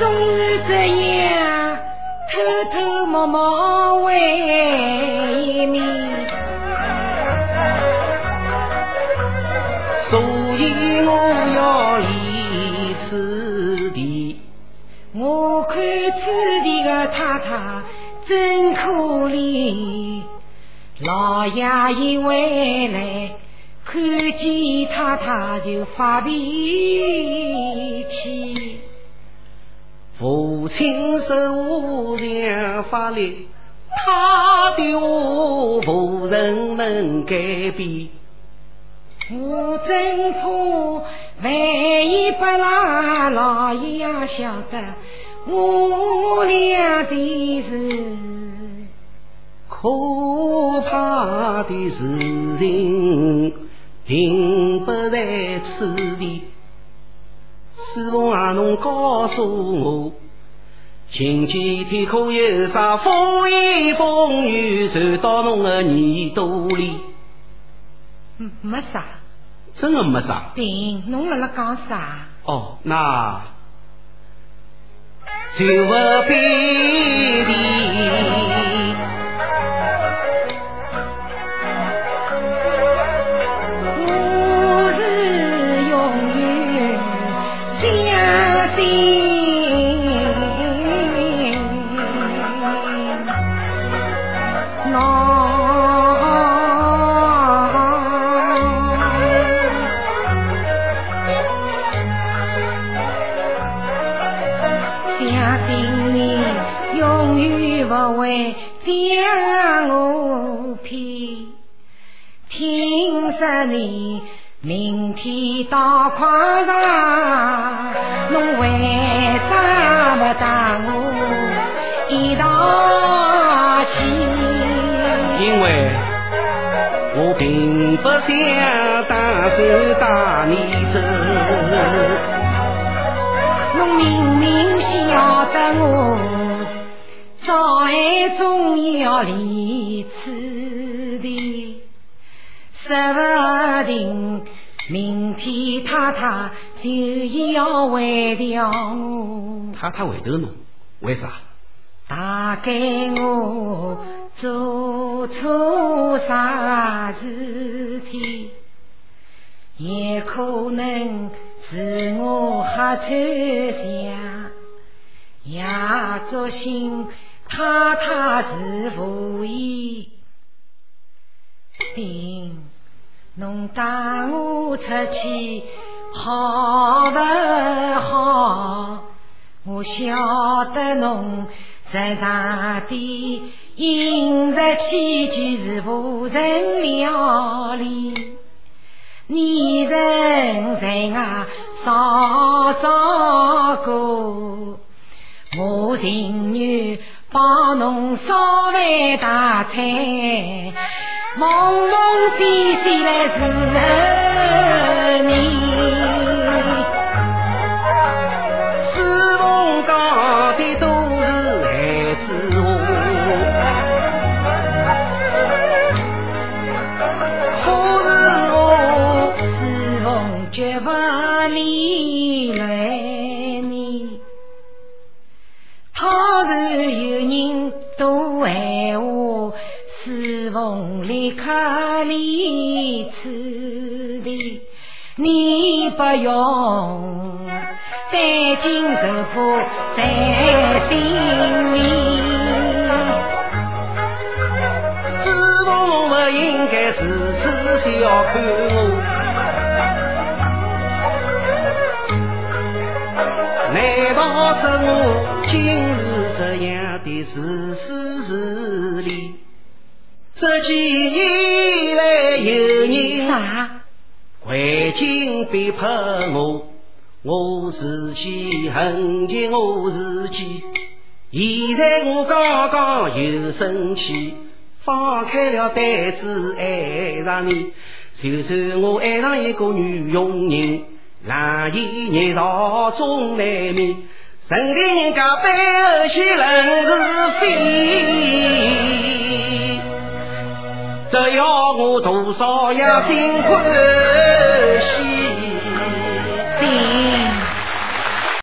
总是这样偷偷摸摸为民， 所以我要离此地。 我看此地的太太真可怜，老爷一回来看见太太就发脾气。 父亲手上发力，他的话无人能改变。 我真怕万一不让老爷晓得我俩的事， 可怕的事情并不在此地。希望侬告诉我，近几天可有啥风言风语传到侬的耳朵里？ 没啥。 真的没啥？ 对，侬辣辣讲啥？ 哦，那就不必理。 我是永远相信侬。不会将我骗，听说你明天到矿上，侬为啥不带我一道去？ 因为我并不想打算带你走。 侬明明晓得我早晚总要离此地，说不定明天太太就要为掉我。 太太为头侬？为啥？ 大概我做错啥事体，也可能是我瞎猜想，也作心太太是无意。丁，侬带我出去好不好？我晓得侬日常的饮食起居是无人料理，你人在外少照顾，我情愿帮侬烧饭打菜，梦梦兮兮来伺候你。 师傅讲的都是孩子话，可是我师傅绝不理会你。倘若有人多闲话，师傅立刻离此地。你不用担惊受怕在心里。 师傅不应该时时小看我，难道是我今日这样的自私自利？这几年来有人啥？ 回京逼迫我，我自己恨极我自己。现在我刚刚又生气，放开了胆子爱上你，就算我爱上一个女佣人，让伊热闹中难免，认定人家背后去人是非，这要我多少也心宽。